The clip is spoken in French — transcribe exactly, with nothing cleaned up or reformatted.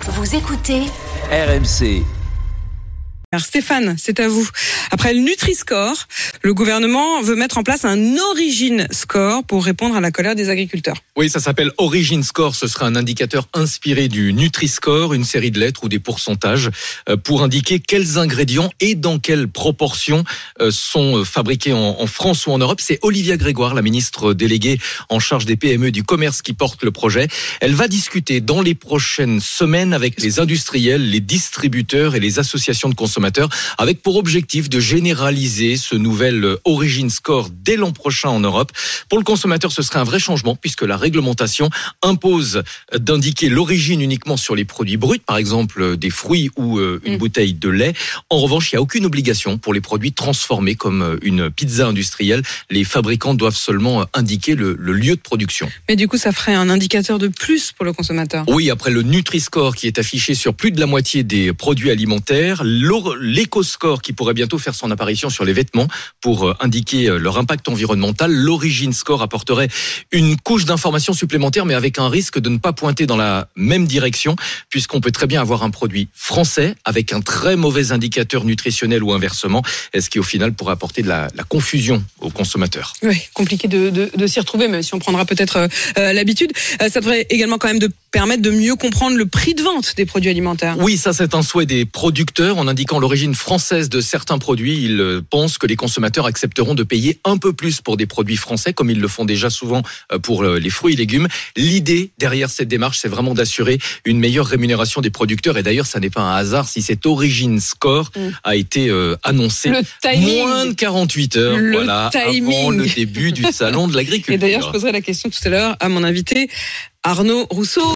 Vous écoutez R M C. Alors Stéphane, c'est à vous. Après le Nutri-Score, le gouvernement veut mettre en place un Origin Score pour répondre à la colère des agriculteurs. Oui, ça s'appelle Origin Score. Ce sera un indicateur inspiré du Nutri-Score, une série de lettres ou des pourcentages pour indiquer quels ingrédients et dans quelle proportion sont fabriqués en France ou en Europe. C'est Olivia Grégoire, la ministre déléguée en charge des P M E et du commerce, qui porte le projet. Elle va discuter dans les prochaines semaines avec les industriels, les distributeurs et les associations de consommateurs, avec pour objectif de généraliser ce nouvel Origin Score dès l'an prochain en Europe. Pour le consommateur, ce serait un vrai changement puisque la réglementation impose d'indiquer l'origine uniquement sur les produits bruts, par exemple des fruits ou une mmh. bouteille de lait. En revanche, il n'y a aucune obligation pour les produits transformés comme une pizza industrielle. Les fabricants doivent seulement indiquer le, le lieu de production. Mais du coup, ça ferait un indicateur de plus pour le consommateur. Oui, après le Nutri-Score qui est affiché sur plus de la moitié des produits alimentaires, l'Eco-Score qui pourrait bientôt faire son apparition sur les vêtements pour indiquer leur impact environnemental. L'Origin Score apporterait une couche d'informations supplémentaires, mais avec un risque de ne pas pointer dans la même direction, puisqu'on peut très bien avoir un produit français avec un très mauvais indicateur nutritionnel ou inversement, ce qui au final pourrait apporter de la, la confusion aux consommateurs. Oui, compliqué de, de, de s'y retrouver, même si on prendra peut-être euh, l'habitude. Euh, ça devrait également quand même de permettre de mieux comprendre le prix de vente des produits alimentaires. Oui, ça c'est un souhait des producteurs. En indiquant l'origine française de certains produits, ils pensent que les consommateurs accepteront de payer un peu plus pour des produits français, comme ils le font déjà souvent pour les fruits et légumes. L'idée derrière cette démarche, c'est vraiment d'assurer une meilleure rémunération des producteurs. Et d'ailleurs, ça n'est pas un hasard si cet Origin Score mmh. a été euh, annoncé le timing. moins de quarante-huit heures le voilà, avant le début du salon de l'agriculture. Et d'ailleurs, je poserai la question tout à l'heure à mon invité Arnaud Rousseau.